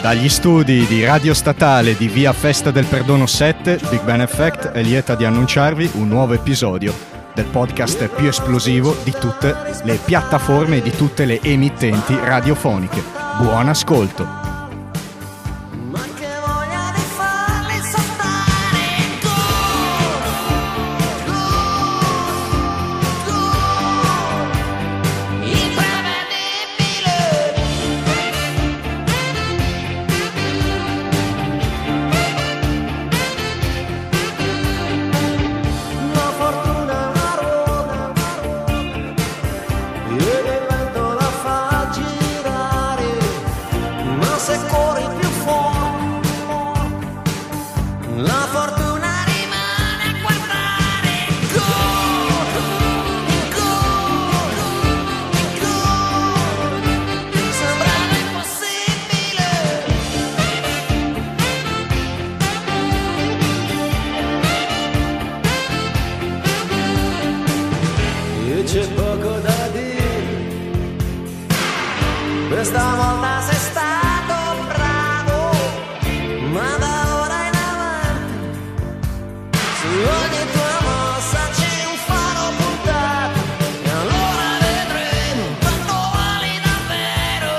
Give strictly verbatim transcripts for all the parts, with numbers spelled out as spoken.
Dagli studi di Radio Statale di via Festa del Perdono sette, Big Ben Effect è lieta di annunciarvi un nuovo episodio del podcast più esplosivo di tutte le piattaforme e di tutte le emittenti radiofoniche. Buon ascolto! C'è poco da dire, questa volta sei stato bravo, ma da ora in avanti su ogni tua mossa c'è un faro puntato, e allora vedremo quanto vali davvero.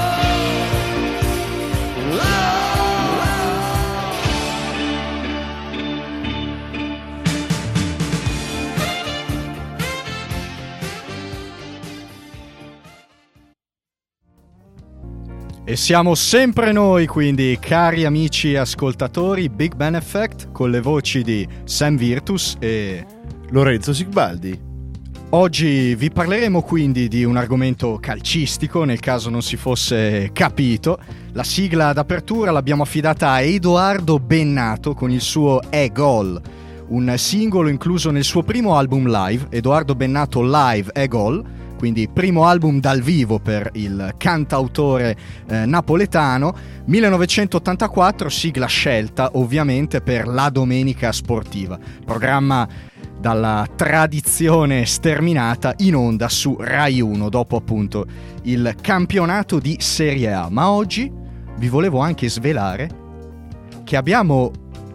E siamo sempre noi, quindi, cari amici ascoltatori, Big Ben Effect, con le voci di Sam Virtus e Lorenzo Sigbaldi. Oggi vi parleremo quindi di un argomento calcistico, nel caso non si fosse capito. La sigla d'apertura l'abbiamo affidata a Edoardo Bennato con il suo E Gol, un singolo incluso nel suo primo album live, Edoardo Bennato Live E Gol, quindi primo album dal vivo per il cantautore eh, napoletano, millenovecentottantaquattro, sigla scelta ovviamente per La Domenica Sportiva, programma dalla tradizione sterminata in onda su Rai uno dopo appunto il campionato di Serie A. Ma oggi vi volevo anche svelare che abbiamo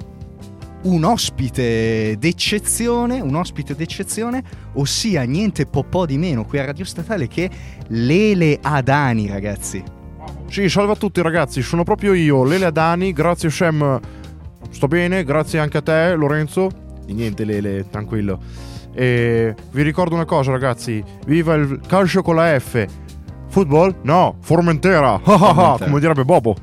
un ospite d'eccezione, un ospite d'eccezione, ossia niente po' po' di meno qui a Radio Statale che Lele Adani, ragazzi. Sì, salve a tutti ragazzi, sono proprio io, Lele Adani, grazie Sam, sto bene, grazie anche a te Lorenzo. E niente Lele, tranquillo. E vi ricordo una cosa ragazzi, viva il calcio con la F. Football? No, Formentera, Formentera. Come direbbe Bobo.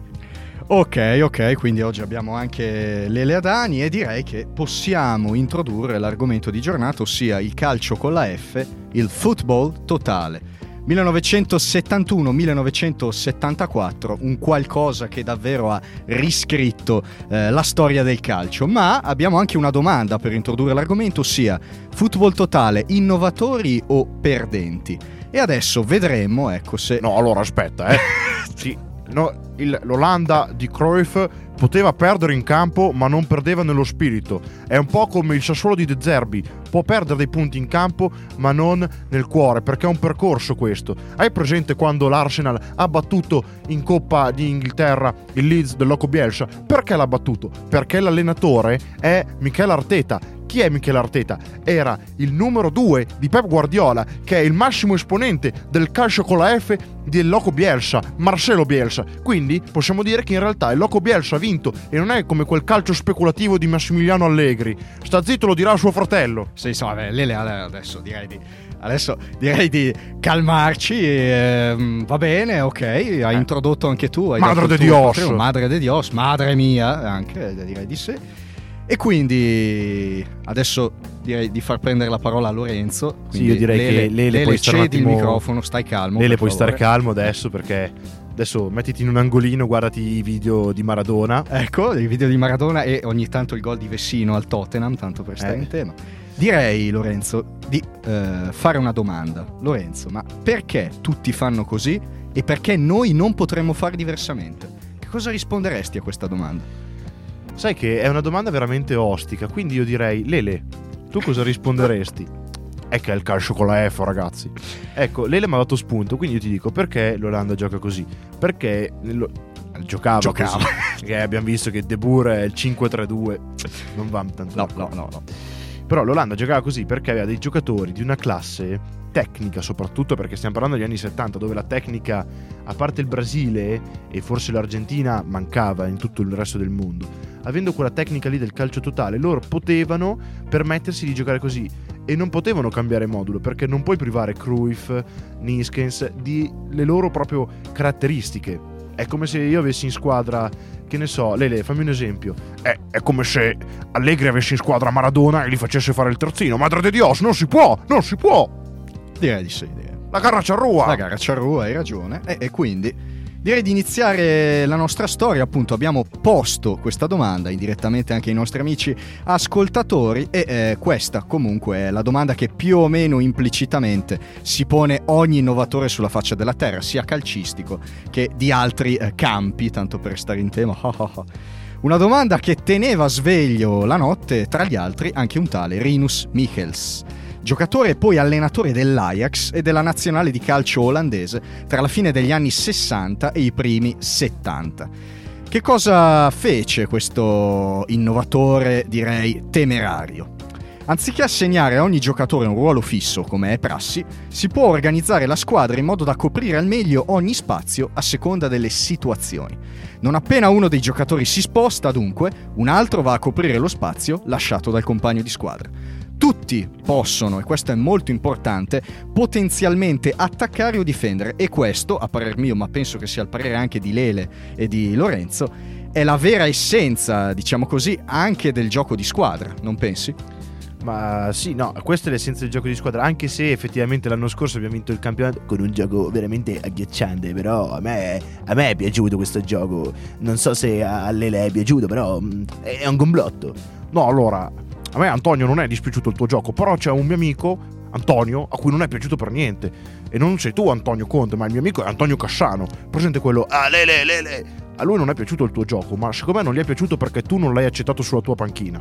Ok, ok, quindi oggi abbiamo anche Lele Adani e direi che possiamo introdurre l'argomento di giornata, ossia il calcio con la F, il football totale. millenovecentosettantuno millenovecentosettantaquattro, un qualcosa che davvero ha riscritto eh, la storia del calcio. Ma abbiamo anche una domanda per introdurre l'argomento, ossia football totale, innovatori o perdenti? E adesso vedremo, ecco se... No, allora aspetta, eh. Sì. No, il, l'Olanda di Cruyff poteva perdere in campo ma non perdeva nello spirito. È un po' come il Sassuolo di De Zerbi, può perdere dei punti in campo ma non nel cuore, perché è un percorso questo. Hai presente quando l'Arsenal ha battuto in Coppa di Inghilterra il Leeds del Loco Bielsa? Perché l'ha battuto? Perché l'allenatore è Mikel Arteta. Chi è Mikel Arteta? Era il numero due di Pep Guardiola, che è il massimo esponente del calcio con la F del Loco Bielsa, Marcelo Bielsa. Quindi possiamo dire che in realtà il Loco Bielsa ha vinto e non è come quel calcio speculativo di Massimiliano Allegri. Sta zitto, lo dirà suo fratello. Sì, so, vabbè, Lele, adesso direi di adesso direi di calmarci. E, va bene, ok, hai eh. introdotto anche tu. Hai Madre de Dios. Madre de Dios, madre mia, anche direi di sì. E quindi adesso direi di far prendere la parola a Lorenzo. Sì, io direi Lele, che Lele, Lele puoi stare un attimo... il microfono, stai calmo. Lele, puoi favore. stare calmo adesso, perché adesso mettiti in un angolino, guardati i video di Maradona. Ecco, i video di Maradona e ogni tanto il gol di Vessino al Tottenham, tanto per stare eh. in tema. Direi, Lorenzo, di eh, fare una domanda. Lorenzo, ma perché tutti fanno così e perché noi non potremmo fare diversamente? Che cosa risponderesti a questa domanda? Sai che è una domanda veramente ostica, quindi io direi, Lele, tu cosa risponderesti? È che è il calcio con la F, ragazzi. Ecco, Lele mi ha dato spunto, quindi io ti dico, perché l'Olanda gioca così? Perché giocava, Giocava. così. Che abbiamo visto che De Boer è il cinque tre due, non va tanto No, d'accordo. no, no, no. Però l'Olanda giocava così perché aveva dei giocatori di una classe tecnica, soprattutto perché stiamo parlando degli anni settanta, dove la tecnica, a parte il Brasile e forse l'Argentina, mancava in tutto il resto del mondo. Avendo quella tecnica lì del calcio totale, loro potevano permettersi di giocare così e non potevano cambiare modulo, perché non puoi privare Cruyff, Niskens di le loro proprio caratteristiche. È come se io avessi in squadra, che ne so, Lele, fammi un esempio. È, è come se Allegri avesse in squadra Maradona e gli facesse fare il terzino. Madre di Dios, non si può, non si può. Direi di sì, direi. La gara Ciarrua. La gara Ciarrua, hai ragione. E, e quindi direi di iniziare la nostra storia. Appunto, abbiamo posto questa domanda indirettamente anche ai nostri amici ascoltatori e eh, questa comunque è la domanda che più o meno implicitamente si pone ogni innovatore sulla faccia della terra, sia calcistico che di altri eh, campi, tanto per stare in tema. Una domanda che teneva sveglio la notte, tra gli altri anche un tale Rinus Michels, giocatore e poi allenatore dell'Ajax e della nazionale di calcio olandese tra la fine degli anni sessanta e i primi settanta. Che cosa fece questo innovatore, direi temerario? Anziché assegnare a ogni giocatore un ruolo fisso, come è prassi, si può organizzare la squadra in modo da coprire al meglio ogni spazio a seconda delle situazioni. Non appena uno dei giocatori si sposta, dunque, un altro va a coprire lo spazio lasciato dal compagno di squadra. Tutti possono, e questo è molto importante, potenzialmente attaccare o difendere, e questo, a parer mio, ma penso che sia il parere anche di Lele e di Lorenzo, è la vera essenza, diciamo così, anche del gioco di squadra, non pensi? Ma sì, no, questa è l'essenza del gioco di squadra, anche se effettivamente l'anno scorso abbiamo vinto il campionato con un gioco veramente agghiacciante, però a me, a me è piaciuto questo gioco. Non so se a Lele è piaciuto, però mh, è un complotto. No, allora, a me Antonio non è dispiaciuto il tuo gioco, però c'è un mio amico, Antonio, a cui non è piaciuto per niente. E non sei tu Antonio Conte, ma il mio amico è Antonio Cassano. Presente quello, ah Lele, Lele. A lui non è piaciuto il tuo gioco, ma secondo me non gli è piaciuto perché tu non l'hai accettato sulla tua panchina.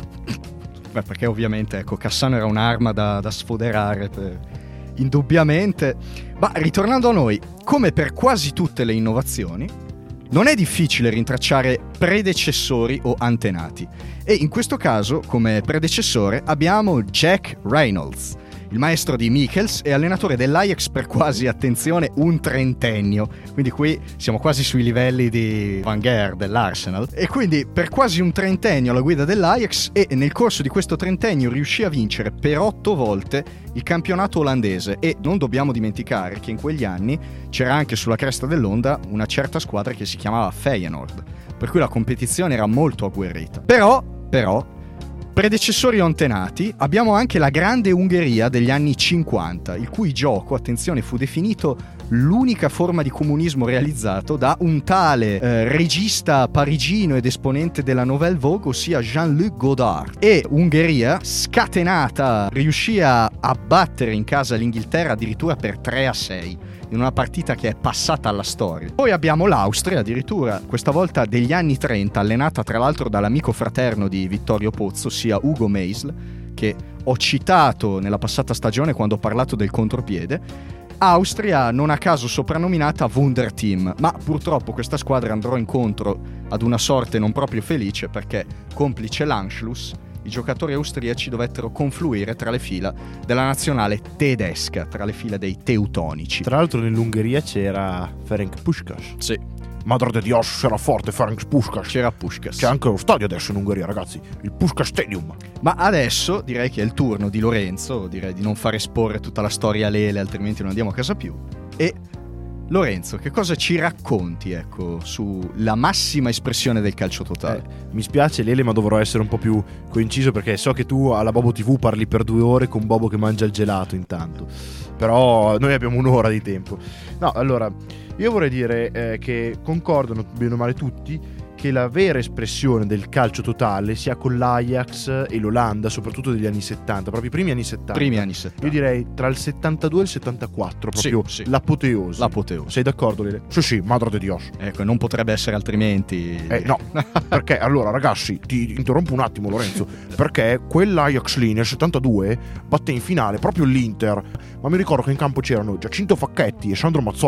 Beh, perché ovviamente, ecco, Cassano era un'arma da, da sfoderare, per... indubbiamente. Ma ritornando a noi, come per quasi tutte le innovazioni, non è difficile rintracciare predecessori o antenati. E in questo caso, come predecessore, abbiamo Jack Reynolds, il maestro di Michels e allenatore dell'Ajax per quasi, attenzione, un trentennio. Quindi qui siamo quasi sui livelli di Van Gaal dell'Arsenal. E quindi per quasi un trentennio alla guida dell'Ajax, e nel corso di questo trentennio riuscì a vincere per otto volte il campionato olandese. E non dobbiamo dimenticare che in quegli anni c'era anche sulla cresta dell'onda una certa squadra che si chiamava Feyenoord, per cui la competizione era molto agguerrita. Però, però... predecessori o antenati, abbiamo anche la grande Ungheria degli anni cinquanta, il cui gioco, attenzione, fu definito l'unica forma di comunismo realizzato da un tale eh, regista parigino ed esponente della Nouvelle Vogue, ossia Jean-Luc Godard. E Ungheria, scatenata, riuscì a battere in casa l'Inghilterra addirittura per tre a sei. In una partita che è passata alla storia. Poi abbiamo l'Austria, addirittura questa volta degli anni trenta, allenata tra l'altro dall'amico fraterno di Vittorio Pozzo, ossia Ugo Meisl, che ho citato nella passata stagione quando ho parlato del contropiede. Austria, non a caso soprannominata Wunderteam, ma purtroppo questa squadra andrò incontro ad una sorte non proprio felice, perché, complice l'Anschluss, i giocatori austriaci dovettero confluire tra le fila della nazionale tedesca, tra le fila dei teutonici. Tra l'altro nell'Ungheria c'era Ferenc Puskás. Sì. Madre di Dios, c'era forte Ferenc Puskás. C'era Puskás. C'è anche lo stadio adesso in Ungheria, ragazzi, il Puskás Stadium. Ma adesso direi che è il turno di Lorenzo, direi di non far esporre tutta la storia a Lele, altrimenti non andiamo a casa più. E Lorenzo, che cosa ci racconti, ecco, sulla massima espressione del calcio totale? Eh, mi spiace Lele, ma dovrò essere un po' più coinciso, perché so che tu alla Bobo tivù parli per due ore con Bobo che mangia il gelato intanto. Però noi abbiamo un'ora di tempo. No, allora, io vorrei dire eh, che concordano bene o male tutti che la vera espressione del calcio totale sia con l'Ajax e l'Olanda, soprattutto degli anni settanta, proprio i primi anni settanta. Primi anni settanta. Io direi tra il settantadue e il settantaquattro, proprio sì, sì. l'apoteosi. L'apoteosi. Sei d'accordo, Lele? Sì, sì, madre di Dios. Ecco, non potrebbe essere altrimenti. Eh, no, perché allora ragazzi, ti interrompo un attimo Lorenzo, perché quell'Ajax lì nel settantadue batté in finale proprio l'Inter, ma mi ricordo che in campo c'erano Giacinto Facchetti e Sandro Mazzola.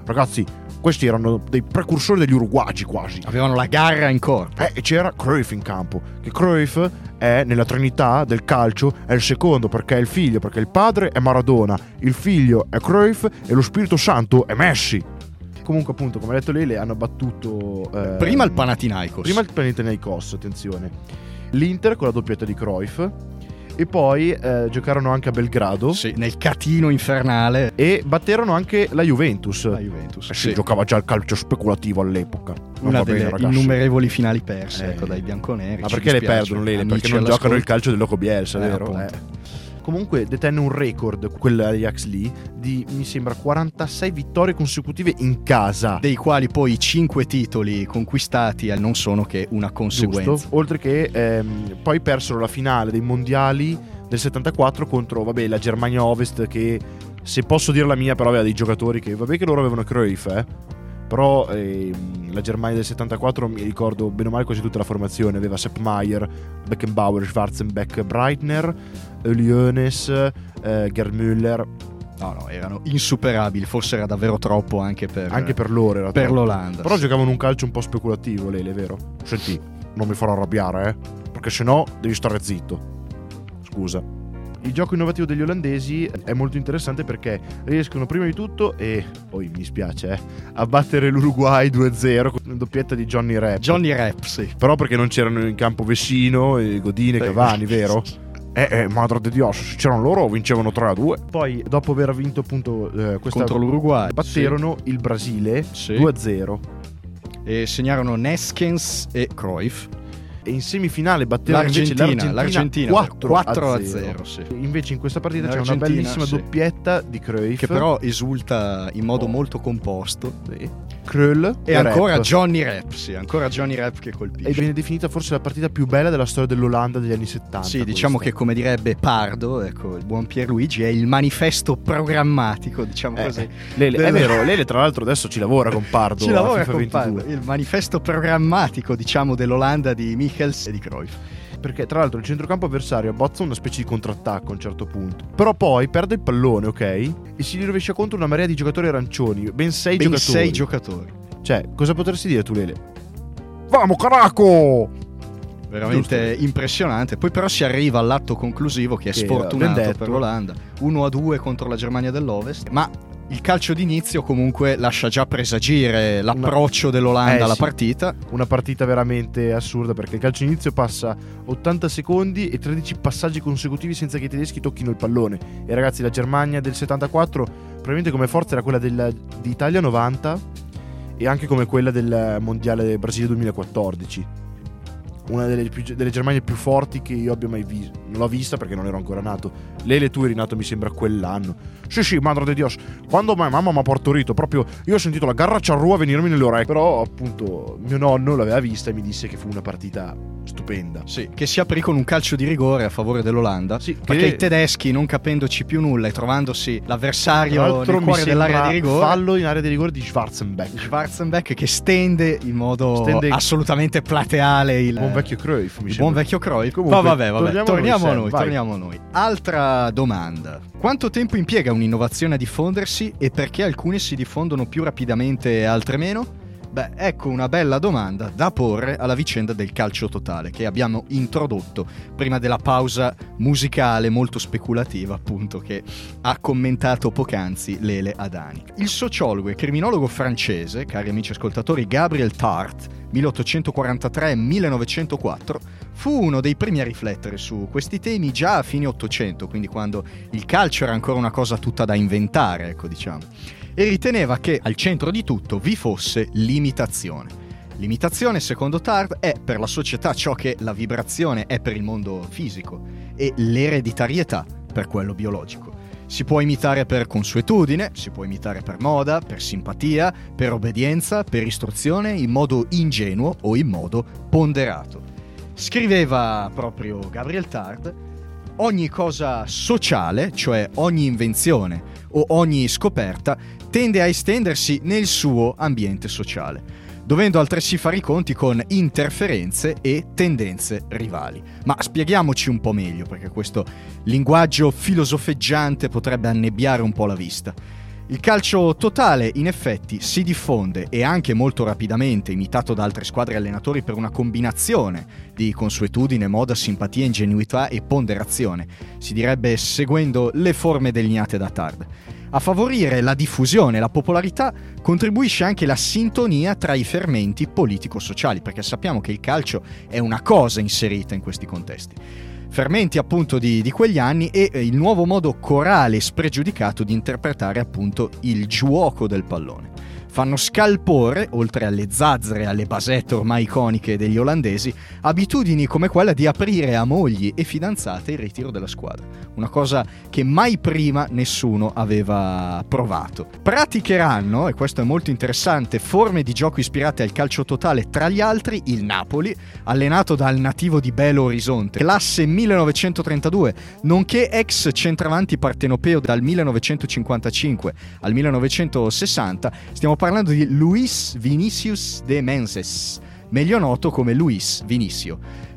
ragazzi, questi erano dei precursori degli uruguagi quasi. Avevano la garra in corpo. Eh, e c'era Cruyff in campo, che Cruyff è nella trinità del calcio, è il secondo perché è il figlio, perché il padre è Maradona, il figlio è Cruyff e lo Spirito Santo è Messi. Comunque appunto, come ha detto Lele, hanno battuto eh, Prima il Panathinaikos. Prima il Panathinaikos, attenzione. L'Inter con la doppietta di Cruyff. E poi eh, giocarono anche a Belgrado. Sì, nel catino infernale. E batterono anche la Juventus. La Juventus. Eh sì, sì. Giocava già il calcio speculativo all'epoca. Non Una va delle bene, ragazzi. innumerevoli finali perse, Eh. ecco, dai bianconeri. Ma Ci perché le dispiace. perdono Lele? Amici Perché non all'ascolto. giocano il calcio del Loco Bielsa, Eh, vero? appunto. Eh. Comunque detenne un record, quell'Ajax lì, di mi sembra quarantasei vittorie consecutive in casa. Dei quali poi i cinque titoli conquistati eh, non sono che una conseguenza. Giusto? Oltre che ehm, poi persero la finale dei mondiali del settantaquattro contro, vabbè, la Germania Ovest, che, se posso dire la mia, però aveva dei giocatori che, vabbè che loro avevano Cruyff, eh. Però ehm, la Germania del settantaquattro, mi ricordo bene o male quasi tutta la formazione, aveva Sepp Maier, Beckenbauer, Schwarzenbeck, Breitner, Lyones, eh, Gerd Müller. No, no, erano insuperabili, forse era davvero troppo anche per, Anche per loro era per troppo. l'Olanda. Però sì. giocavano un calcio un po' speculativo, Lele, vero? Senti, non mi farò arrabbiare, eh? Perché sennò devi stare zitto. Scusa. Il gioco innovativo degli olandesi è molto interessante perché riescono prima di tutto, e poi mi spiace, eh, a battere l'Uruguay due a zero con una doppietta di Johnny Rep. Johnny Rep, sì. Però perché non c'erano in campo Vecino, e Godine, Sì. Cavani, vero? Eh, eh, madre di Dio, se c'erano loro vincevano tre a due. Poi, dopo aver vinto appunto eh, questa Contro l'Uruguay. batterono il Brasile Sì. due a zero. E segnarono Neskens e Cruyff. E in semifinale batterono invece L'Argentina, l'Argentina, l'Argentina quattro a zero, sì. Invece in questa partita c'è una L'Argentina, bellissima sì. doppietta di Cruyff, Che però esulta in modo Oh. molto composto. sì. Kröll E ancora Rep. Johnny Rep, sì, ancora Johnny Rep che E colpisce. viene definita forse la partita più bella della storia dell'Olanda degli anni settanta. Sì, diciamo questa. che, come direbbe Pardo, ecco, il buon Pierluigi, è il manifesto programmatico, diciamo Eh, così. Lele, del- è vero, Lele tra l'altro adesso ci lavora con Pardo. Ci a lavora FIFA con ventidue. Pardo, il manifesto programmatico, diciamo, dell'Olanda di Michels e di Cruyff. Perché tra l'altro il centrocampo avversario abbozza una specie di contrattacco a un certo punto. Però poi perde il pallone, ok? E si gli rovescia contro una marea di giocatori arancioni. Ben sei Ben giocatori. sei giocatori. Cioè, cosa potresti dire tu, Lele? Vamo, caraco! Veramente Giusto. impressionante. Poi però si arriva all'atto conclusivo che è Che, sfortunato ben detto. per l'Olanda. uno a due contro la Germania dell'Ovest. Ma il calcio d'inizio comunque lascia già presagire l'approccio dell'Olanda Eh, alla sì. partita. Una partita veramente assurda, perché il calcio inizio passa ottanta secondi e tredici passaggi consecutivi senza che i tedeschi tocchino il pallone. E ragazzi, la Germania del settantaquattro probabilmente come forza era quella della, di Italia novanta e anche come quella del mondiale del Brasile duemilaquattordici. Una delle, più, delle Germanie più forti che io abbia mai visto. Non l'ho vista perché non ero ancora nato. Lele, tu eri nato mi sembra quell'anno. Sì sì, madre di Dios. Quando mia mamma mi ha partorito, proprio io ho sentito la garra ciarrua venirmi nelle orecchie. Però appunto mio nonno l'aveva vista e mi disse che fu una partita stupenda. Sì, che si aprì con un calcio di rigore a favore dell'Olanda. Sì, perché che- i tedeschi, non capendoci più nulla e trovandosi Tra l'avversario l'altro nel mi cuore dell'area sembra di rigore, fallo in area di rigore di Schwarzenbeck. Schwarzenbeck che stende in modo Stende- assolutamente plateale il Il buon vecchio Cruyff, mi il sembra. buon vecchio Cruyff. Comunque, Ma vabbè, vabbè, torniamo torniamo, a a noi, noi, Sam, vai. torniamo a noi. Altra domanda. Quanto tempo impiega un'innovazione a diffondersi e perché alcune si diffondono più rapidamente e altre meno? Beh, ecco una bella domanda da porre alla vicenda del calcio totale che abbiamo introdotto prima della pausa musicale molto speculativa, appunto, che ha commentato poc'anzi Lele Adani. Il sociologo e criminologo francese, cari amici ascoltatori, Gabriel Tart, milleottocentoquarantatré millenovecentoquattro, fu uno dei primi a riflettere su questi temi già a fine Ottocento, quindi quando il calcio era ancora una cosa tutta da inventare, ecco, diciamo, e riteneva che al centro di tutto vi fosse l'imitazione. L'imitazione, secondo Tart, è per la società ciò che la vibrazione è per il mondo fisico e l'ereditarietà per quello biologico. Si può imitare per consuetudine, si può imitare per moda, per simpatia, per obbedienza, per istruzione, in modo ingenuo o in modo ponderato. Scriveva proprio Gabriel Tart: ogni cosa sociale, cioè ogni invenzione o ogni scoperta, tende a estendersi nel suo ambiente sociale, dovendo altresì fare i conti con interferenze e tendenze rivali. Ma spieghiamoci un po' meglio, perché questo linguaggio filosofeggiante potrebbe annebbiare un po' la vista. Il calcio totale, in effetti, si diffonde e anche molto rapidamente imitato da altre squadre e allenatori per una combinazione di consuetudine, moda, simpatia, ingenuità e ponderazione, si direbbe seguendo le forme delineate da Tard. A favorire la diffusione e la popolarità contribuisce anche la sintonia tra i fermenti politico-sociali, perché sappiamo che il calcio è una cosa inserita in questi contesti. Fermenti appunto di, di quegli anni e eh, il nuovo modo corale e spregiudicato di interpretare appunto il giuoco del pallone. Fanno scalpore, oltre alle zazzere e alle basette ormai iconiche degli olandesi, abitudini come quella di aprire a mogli e fidanzate il ritiro della squadra. Una cosa che mai prima nessuno aveva provato. Praticheranno, e questo è molto interessante, forme di gioco ispirate al calcio totale, tra gli altri il Napoli, allenato dal nativo di Belo Horizonte, classe millenovecentotrentadue, nonché ex centravanti partenopeo dal millenovecentocinquantacinque al millenovecentosessanta. Stiamo parlando di Luis Vinicius de Menses, meglio noto come Luis Vinicio.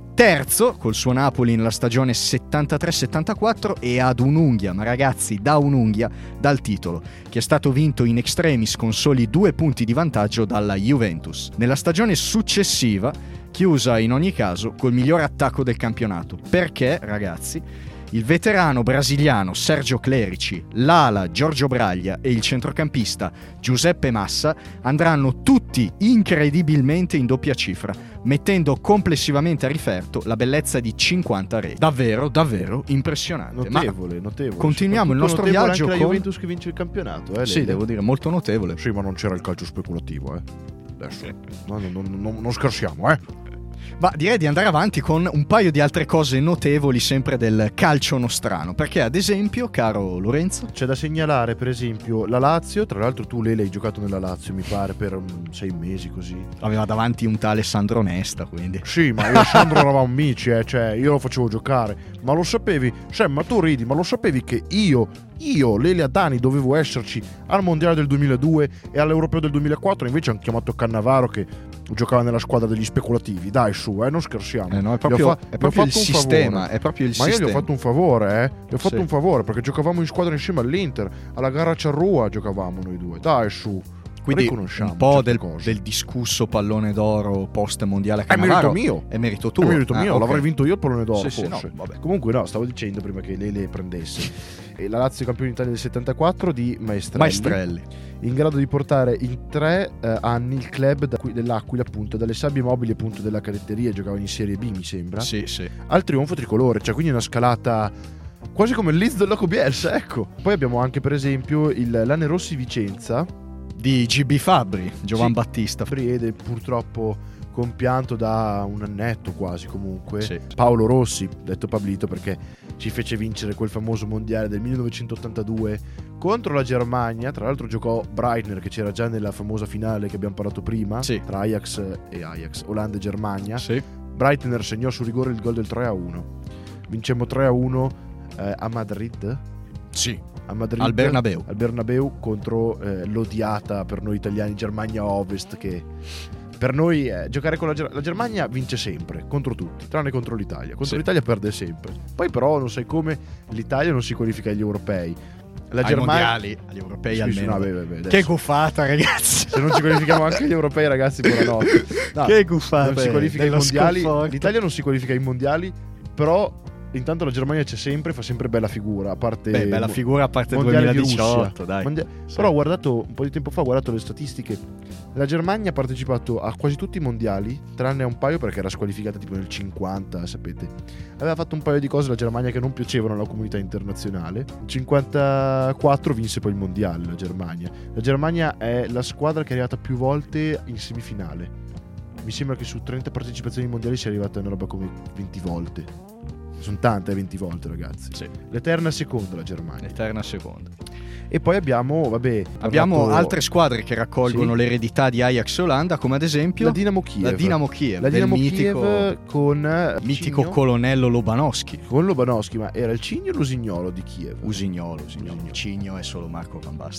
Terzo col suo Napoli nella stagione settantatré settantaquattro e ad un'unghia, ma ragazzi, da un'unghia, dal titolo, che è stato vinto in extremis con soli due punti di vantaggio dalla Juventus. Nella stagione successiva, chiusa in ogni caso col miglior attacco del campionato. Perché, ragazzi? Il veterano brasiliano Sergio Clerici, l'ala Giorgio Braglia e il centrocampista Giuseppe Massa andranno tutti incredibilmente in doppia cifra, mettendo complessivamente a riferto la bellezza di cinquanta reti. Davvero, davvero impressionante. Notevole, ma notevole. Continuiamo il nostro notevole viaggio anche la con... Juventus che vince il campionato, eh, Sì, Lele? devo dire, molto notevole. Sì, ma non c'era il calcio speculativo, eh. Adesso, no, no, no, no, non scherziamo, eh. Ma direi di andare avanti con un paio di altre cose notevoli sempre del calcio nostrano, perché ad esempio, caro Lorenzo, c'è da segnalare per esempio la Lazio. Tra l'altro tu, Lele, hai giocato nella Lazio mi pare per um, sei mesi così. aveva davanti un tale Sandro Nesta, quindi Sì, ma io e Sandro eravamo amici, eh, cioè io lo facevo giocare. Ma lo sapevi? Cioè, ma tu ridi, ma lo sapevi che io, io, Lele Adani, dovevo esserci al Mondiale del duemiladue e all'Europeo del duemilaquattro, invece hanno chiamato Cannavaro che giocava nella squadra degli speculativi. Dai, su, eh, non scherziamo. eh no, è Gli ho proprio, fa- è gli ho proprio il fatto un sistema, favore. è proprio il Ma io sistema. gli ho fatto un favore, eh. Gli ho fatto Sì. un favore perché giocavamo in squadra insieme all'Inter. Alla gara Ciarrua giocavamo noi due. Dai, su. Quindi Riconosciamo un po' certe del, cose. del discusso pallone d'oro post mondiale È merito mio. È merito tuo. È merito Ah, mio, ok. l'avrei vinto io il pallone d'oro, Sì, sì, forse. no, vabbè. Comunque no, stavo dicendo prima che lei le prendesse. E la Lazio campione d'Italia del settantaquattro di Maestrelli, Maestrelli. in grado di portare in tre eh, anni il club da qui- dell'Aquila, appunto, dalle sabbie mobili appunto della cadetteria, giocava in Serie B mi sembra, Sì, sì. al trionfo tricolore, cioè quindi una scalata quasi come il Leeds del Loco Bielsa, ecco. Poi abbiamo anche per esempio il Lane Rossi Vicenza Di G B Fabbri, Giovan Sì. Battista. Friede, purtroppo compianto da un annetto quasi comunque. Sì. Paolo Rossi, detto Pablito, perché ci fece vincere quel famoso mondiale del millenovecentottantadue contro la Germania. Tra l'altro giocò Breitner, che c'era già nella famosa finale che abbiamo parlato prima, Sì. tra Ajax e Ajax, Olanda e Germania. Sì. Breitner segnò su rigore il gol del tre a uno. Vincemmo tre a uno eh, a Madrid. Sì. A Madrid, Al Bernabeu. al Bernabeu contro eh, l'odiata per noi italiani Germania Ovest, che per noi eh, giocare con la, Ger- la Germania vince sempre contro tutti, tranne contro l'Italia. Contro Sì. l'Italia perde sempre. Poi però non sai come l'Italia non si qualifica agli europei. La Ai Germania mondiali, agli europei Sì, sì, almeno. no, beh, beh, beh, Che adesso. guffata, ragazzi. Se non ci qualifichiamo anche agli europei, ragazzi, buonanotte. No, Che guffata. non si qualifica ai dello mondiali. sconforto. L'Italia non si qualifica ai mondiali, però intanto la Germania c'è sempre, fa sempre bella figura, a parte Beh, bella mo- figura a parte il mondiale di duemiladiciotto, Russia. dai. Mondia- Sì. Però ho guardato un po' di tempo fa, ho guardato le statistiche. La Germania ha partecipato a quasi tutti i mondiali, tranne a un paio perché era squalificata tipo nel cinquanta, sapete. Aveva fatto un paio di cose la Germania che non piacevano alla comunità internazionale. Nel cinquantaquattro vinse poi il mondiale la Germania. La Germania è la squadra che è arrivata più volte in semifinale. Mi sembra che su trenta partecipazioni mondiali sia arrivata una roba come venti volte. Sono tante, venti volte, ragazzi. Sì. L'eterna seconda la Germania. Eterna seconda. E poi abbiamo, vabbè, Abbiamo parlato- altre squadre che raccolgono Sì. l'eredità di Ajax e Olanda, come ad esempio la Dinamo Kiev. la Dinamo Kiev, La del Dinamo mitico, Kiev con eh, mitico Cigno- colonnello Lobanowski. con Lobanowski, ma era il Cigno o l'Usignolo di Kiev? Usignolo, Usignolo. Usignolo. Cigno è solo Marco Van Basten.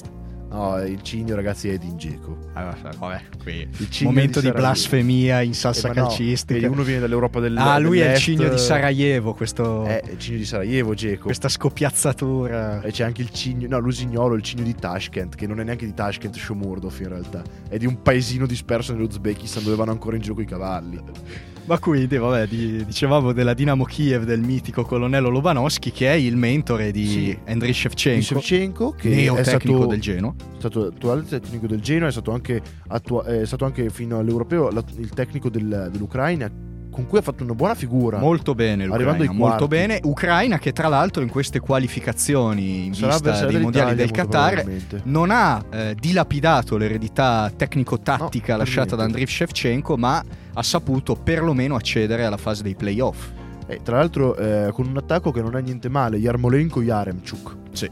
No, il cigno, ragazzi, è Edin Dzeko. Ah, vabbè, qui Il cigno momento di, Sarajevo. blasfemia in salsa Eh, ma no, calcistica. vedi, uno viene dall'Europa del ah, lui è il dell'Est. cigno di Sarajevo, questo, È il cigno di Sarajevo, Dzeko. questa scoppiazzatura. E c'è anche il cigno, no, l'usignolo, il cigno di Tashkent, che non è neanche di Tashkent, Shomurdov in realtà. È di un paesino disperso nell'Uzbekistan dove vanno ancora in gioco i cavalli. Ma quindi, vabbè, di- dicevamo della Dinamo Kiev del mitico colonnello Lobanovsky, che è il mentore di Sì. Andriy Di Shevchenko, Shevchenko, che neo è tecnico stato, del Genoa. è stato attuale tecnico del Genoa, è stato anche, attua- è stato anche fino all'Europeo la- il tecnico del- dell'Ucraina, con cui ha fatto una buona figura. Molto bene Arrivando l'Ucraina, ai molto quarti. bene. Ucraina che tra l'altro in queste qualificazioni in Sarà vista avversaria dei mondiali del dell'Italia, molto Qatar probabilmente. non ha eh, dilapidato l'eredità tecnico-tattica No, per lasciata da niente. Andriy Shevchenko, ma ha saputo perlomeno accedere alla fase dei playoff. E tra l'altro eh, con un attacco che non è niente male, Yarmolenko Yaremchuk. Sì.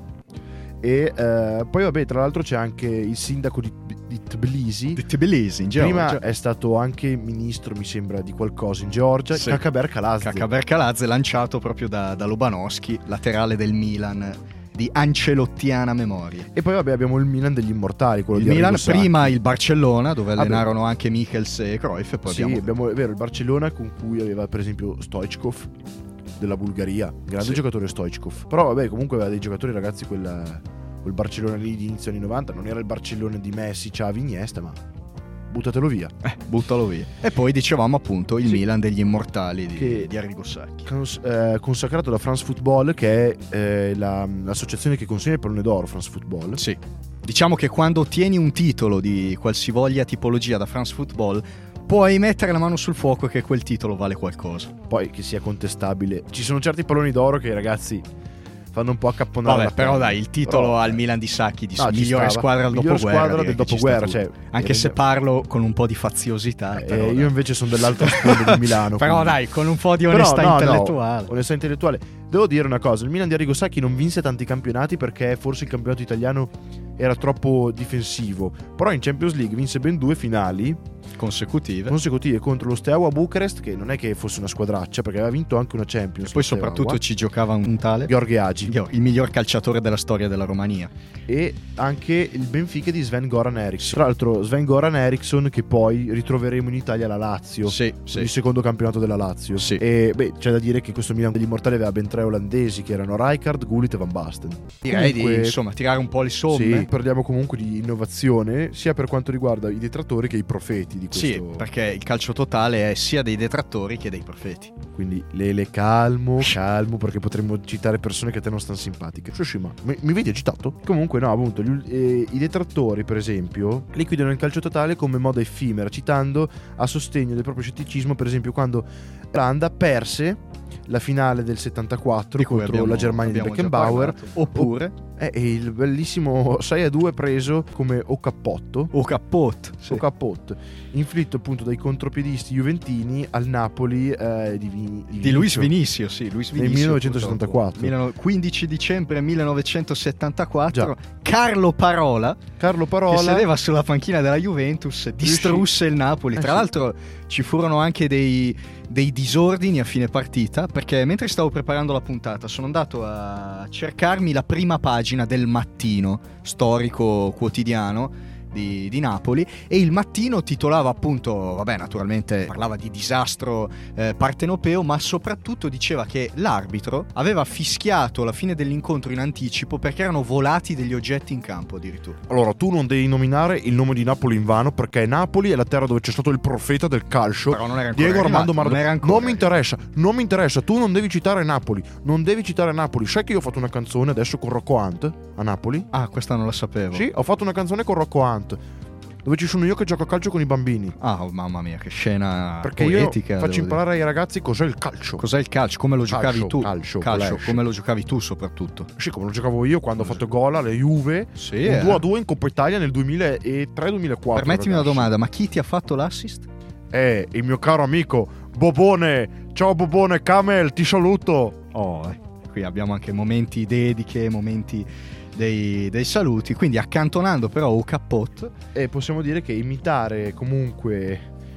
E eh, poi vabbè, tra l'altro c'è anche il sindaco di, di Tbilisi. Di Tbilisi in Prima Georgia. è stato anche ministro, mi sembra, di qualcosa in Georgia. Sì. Kakaber Kalazze. Kakaber Kalazze, lanciato proprio da, da Lobanovsky, laterale del Milan di ancelottiana memoria. E poi vabbè abbiamo il Milan degli immortali, quello Il di Milan, Arrigo Sacchi. prima il Barcellona, dove Vabbè. allenarono anche Michels e Cruyff, e poi Sì, abbiamo... abbiamo, è vero, il Barcellona con cui aveva per esempio Stoichkov della Bulgaria, grande Sì. giocatore Stoichkov. Però vabbè, comunque aveva dei giocatori, ragazzi, quella, quel Barcellona lì di inizio anni novanta non era il Barcellona di Messi, Xavi, Iniesta, ma buttatelo via. Eh, buttalo via. E poi dicevamo appunto il Sì. Milan degli immortali di, Che- di Arrigo Sacchi. Cons- eh, consacrato da France Football, che è eh, la- l'associazione che consegna il pallone d'oro, France Football. Sì. Diciamo che quando ottieni un titolo di qualsivoglia tipologia da France Football, puoi mettere la mano sul fuoco che quel titolo vale qualcosa. Poi che sia contestabile. Ci sono certi palloni d'oro che, ragazzi, fanno un po' accapponare. Vabbè, la però pelle. dai, il titolo Però, al eh, Milan di Sacchi di no, ci migliore stava. squadra del Miglior dopoguerra. squadra direi del che ci dopoguerra, sta cioè, tutto. Anche se rende- parlo con un po' di faziosità. Eh, però, io dai. invece sono dell'altro sponda di Milano. Però quindi- dai, con un po' di Però, onestà no, no, intellettuale. onestà intellettuale. Devo dire una cosa, il Milan di Arrigo Sacchi non vinse tanti campionati perché forse il campionato italiano era troppo difensivo. Però in Champions League vinse ben due finali Consecutive. consecutive contro lo Steaua Bucarest, che non è che fosse una squadraccia perché aveva vinto anche una Champions. Poi lo Steaua. soprattutto ci giocava un tale Gheorghe Hagi il miglior calciatore della storia della Romania. e anche il Benfica di Sven Goran Eriksson. Tra l'altro Sven Goran Eriksson che poi ritroveremo in Italia alla Lazio. Sì, Il sì. secondo campionato della Lazio. Sì. E beh, c'è da dire che questo Milan degli immortali aveva ben tre olandesi che erano Rijkaard, Gullit e Van Basten. Direi Comunque- di insomma tirare un po' le somme. Sì, parliamo comunque di innovazione sia per quanto riguarda i detrattori che i profeti di questo. Sì, perché il calcio totale è sia dei detrattori che dei profeti. Quindi Lele, calmo, calmo, perché potremmo citare persone che a te non stanno simpatiche. Shoshima, mi, mi vedi agitato? Comunque no, appunto, gli ul- eh, i detrattori per esempio liquidano il calcio totale come moda effimera, citando a sostegno del proprio scetticismo per esempio quando l'Olanda perse la finale del settantaquattro Di cui contro abbiamo- la Germania di abbiamo già Beckenbauer. parlato. Oppure Eh, e il bellissimo sei a due preso come o cappotto o cappot. Sì. o cappotto inflitto appunto dai contropiedisti juventini al Napoli eh, di, Vini- Di Luis Vinicio. Vinicio, sì, Luis Nel Vinicio, millenovecentosettantaquattro. purtroppo. quindici dicembre millenovecentosettantaquattro, Già. Carlo Parola, Carlo che Parola sedeva sulla panchina della Juventus, distrusse il Napoli. Eh, Tra sì. l'altro ci furono anche dei, dei disordini a fine partita, perché mentre stavo preparando la puntata sono andato a cercarmi la prima pagina del Mattino, storico quotidiano di, di Napoli, e il Mattino titolava appunto, vabbè, naturalmente parlava di disastro eh, partenopeo, ma soprattutto diceva che l'arbitro aveva fischiato la fine dell'incontro in anticipo perché erano volati degli oggetti in campo addirittura. Allora tu non devi nominare il nome di Napoli in vano perché Napoli è la terra dove c'è stato il profeta del calcio Però non era ancora Diego Armando arrivato, non Maradona. era ancora Non mi interessa, non mi interessa, tu non devi citare Napoli, non devi citare Napoli. Sai che io ho fatto una canzone adesso con Rocco Hunt a Napoli? Ah, questa non la sapevo. Sì, ho fatto una canzone con Rocco Hunt dove ci sono io che gioco a calcio con i bambini. Ah, oh, mamma mia, che scena Perché poetica. io faccio devo imparare ai ragazzi cos'è il calcio. dire. Cos'è il calcio? Come lo giocavi Calcio, tu? calcio, con l'S. come lo giocavi tu soprattutto. Sì, come lo giocavo io quando ho fatto gol alle Juve. Sì, Un eh. due a due in Coppa Italia nel duemilatré duemilaquattro. Permettimi una ragazzi. domanda, ma chi ti ha fatto l'assist? Eh, il mio caro amico Bobone. Ciao Bobone, Camel, ti saluto. Oh, eh, qui abbiamo anche momenti dediche, momenti dei, dei saluti, quindi accantonando però o cappot. E possiamo dire che imitare comunque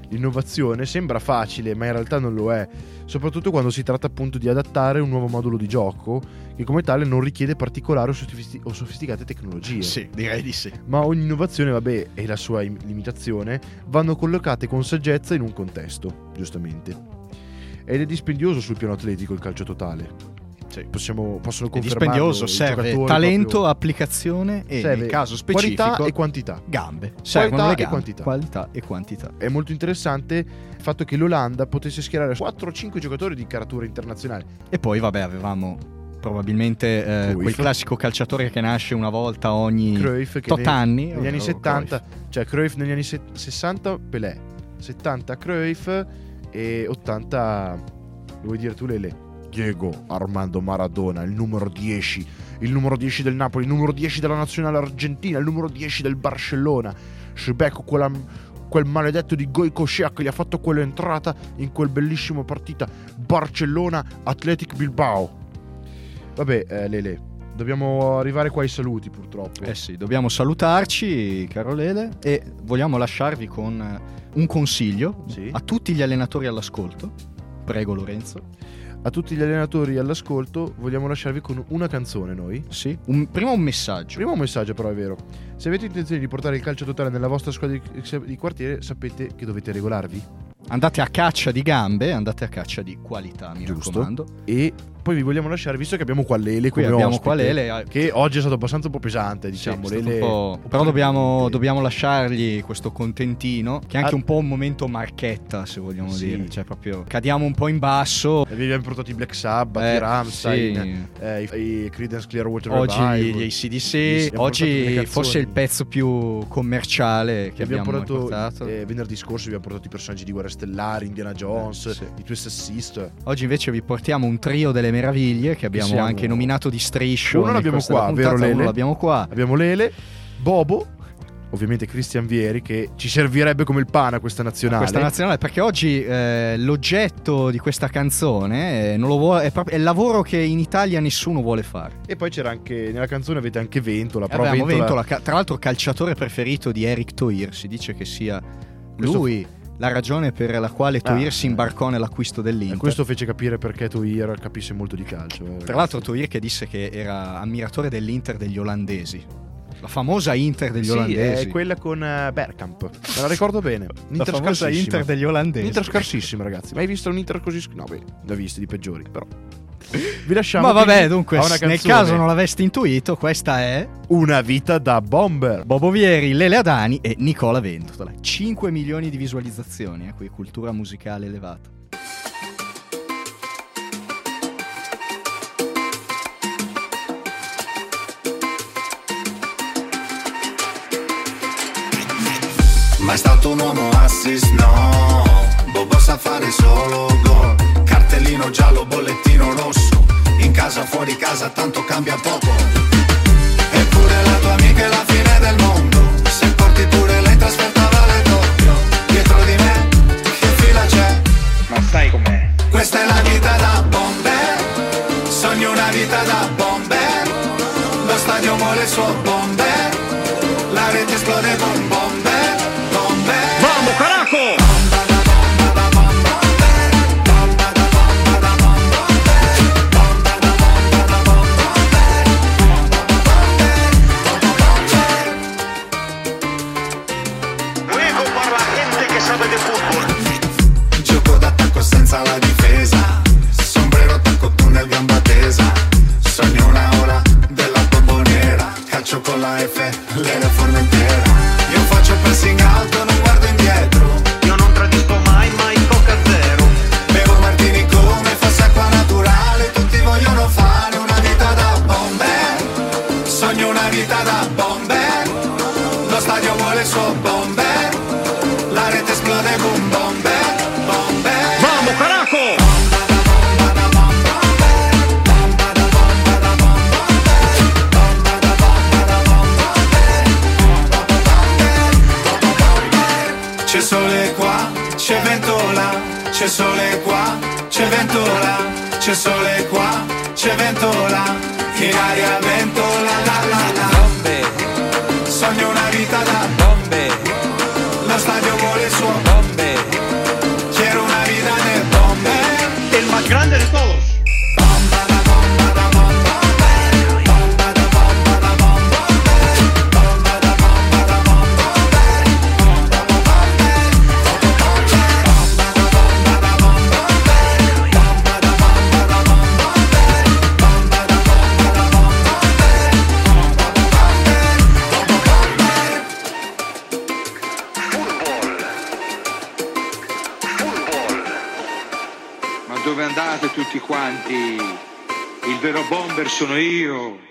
L'innovazione sembra facile, ma in realtà non lo è, soprattutto quando si tratta appunto di adattare un nuovo modulo di gioco che come tale non richiede particolari o sofisti- o sofisticate tecnologie. Sì, direi di sì. Ma ogni innovazione, vabbè, e la sua im- limitazione vanno collocate con saggezza in un contesto, giustamente. Ed è dispendioso sul piano atletico il calcio totale. Sì. Possiamo, possono È confermarlo dispendioso, i serve giocatori talento, proprio- applicazione e serve nel caso specifico qualità e quantità. gambe. Servono Qualità le e gambe. quantità. Qualità e quantità. È molto interessante il fatto che l'Olanda potesse schierare quattro o cinque giocatori di caratura internazionale. E poi vabbè, avevamo probabilmente eh, Cruyff. quel classico calciatore che nasce una volta ogni Cruyff che tot ne- anni. negli anni Oh, settanta, Cruyff. cioè Cruyff negli anni se- sessanta Pelé, settanta Cruyff e ottanta, lo vuoi dire tu Lele? Diego Armando Maradona, il numero dieci, il numero dieci del Napoli, il numero dieci della nazionale argentina, il numero dieci del Barcellona. Si becco quella, quel maledetto di Goicoechea che gli ha fatto quell'entrata in quel bellissimo partita Barcellona Athletic Bilbao. Vabbè, eh, Lele, dobbiamo arrivare qua ai saluti purtroppo. Eh sì, dobbiamo salutarci, caro Lele, e vogliamo lasciarvi con eh, un consiglio Sì. a tutti gli allenatori all'ascolto. Prego Lorenzo. A tutti gli allenatori all'ascolto vogliamo lasciarvi con una canzone noi. Sì. Un, prima un messaggio. Prima un messaggio però è vero. Se avete intenzione di portare il calcio totale nella vostra squadra di, di quartiere, sapete che dovete regolarvi. Andate a caccia di gambe, andate a caccia di qualità, mi Giusto. raccomando. E poi vi vogliamo lasciare, visto che abbiamo qua Lele Qui come abbiamo ospite, qua Lele, eh, che oggi è stato abbastanza un po' pesante, Sì, diciamo. è stato Lele... un po'- Però dobbiamo, dobbiamo lasciargli questo contentino, che è anche Ah. un po' un momento marchetta, se vogliamo Sì. dire. Cioè, proprio cadiamo un po' in basso. Vi abbiamo portato i Black Sabbath, Eh, i Rammstein, sì. eh, i, i Creedence Clearwater Oggi Revival. gli A C D Sì, sì, C, abbiamo portato delle oggi canzoni. forse il pezzo più commerciale che Vi abbiamo abbiamo portato, portato. eh, venerdì scorso vi abbiamo portato i personaggi di Guerre Stellari, Indiana Jones, Eh, sì. i Twisted Sister. Oggi invece vi portiamo un trio delle meraviglie che abbiamo siamo- anche nominato di striscio. Uno nel l'abbiamo corso della qua, puntata, vero, Lele? Uno l'abbiamo qua. Abbiamo Lele, Bobo, ovviamente Christian Vieri, che ci servirebbe come il pane a questa nazionale. Questa nazionale, perché oggi eh, l'oggetto di questa canzone eh, non lo vuole, è, proprio, è il lavoro che in Italia nessuno vuole fare. E poi c'era anche, nella canzone avete anche Ventola, Eh, però avevamo Ventola, Ventola, ca- tra l'altro calciatore preferito di Eric Toir. Si dice che sia Questo- lui la ragione per la quale Toir Ah, si imbarcò nell'acquisto e dell'Inter. questo fece capire perché Toir capisse molto di calcio. eh, Tra l'altro Toir che disse che era ammiratore dell'Inter degli olandesi. La famosa Inter degli sì, olandesi. è quella con eh, Bergkamp. Me la ricordo bene. La Inter famosa scarsissima. Inter degli olandesi. Inter scarsissima, ragazzi. Mai visto un Inter così? sc- No, beh, l'ho visto di peggiori, però. Vi lasciamo. Ma vabbè, quindi dunque, a una s- nel canzone. caso non l'aveste intuito, questa è Una vita da bomber. Bobo Vieri, Lele Adani e Nicola Ventola. cinque milioni di visualizzazioni, eh, qui cultura musicale elevata. Mai stato un uomo assist, no. Bobo sa fare solo gol. Cartellino giallo, bollettino rosso. In casa, fuori casa, tanto cambia poco. Eppure la tua amica è la fine del mondo. Se porti pure lei trasferta vale doppio. Dietro di me, che fila c'è? Ma sai com'è? Questa è la vita da bomber. Sogno una vita da bomber. Lo stadio vuole il suo bomber. La rete esplode con bomber. Bomber. Vamos, caraco! Luego para la gente que sabe de fútbol. Gioco d'attacco senza la difesa. Sombrero, tacco, tunnel, gamba tesa. Sogno una ora della bomboniera. Calcio con la F, l'era formentera. Io faccio pressing alto, non guardo indietro. Io non tradisco mai, mai coca zero. Bevo martini come fosse acqua naturale. Tutti vogliono fare una vita da bomber. Sogno una vita da bomber. Lo stadio vuole il suo bomber. La rete esplode, boom, bomber. Bomber. Vamos, caraco! C'è sole qua, c'è vento là, c'è sole qua, c'è vento là, c'è sole qua, c'è vento là, in aria vento la la la la. Bombe, sogno una vita da bombe, lo stadio vuole il suo bombe, dove andate tutti quanti? Il vero bomber sono io.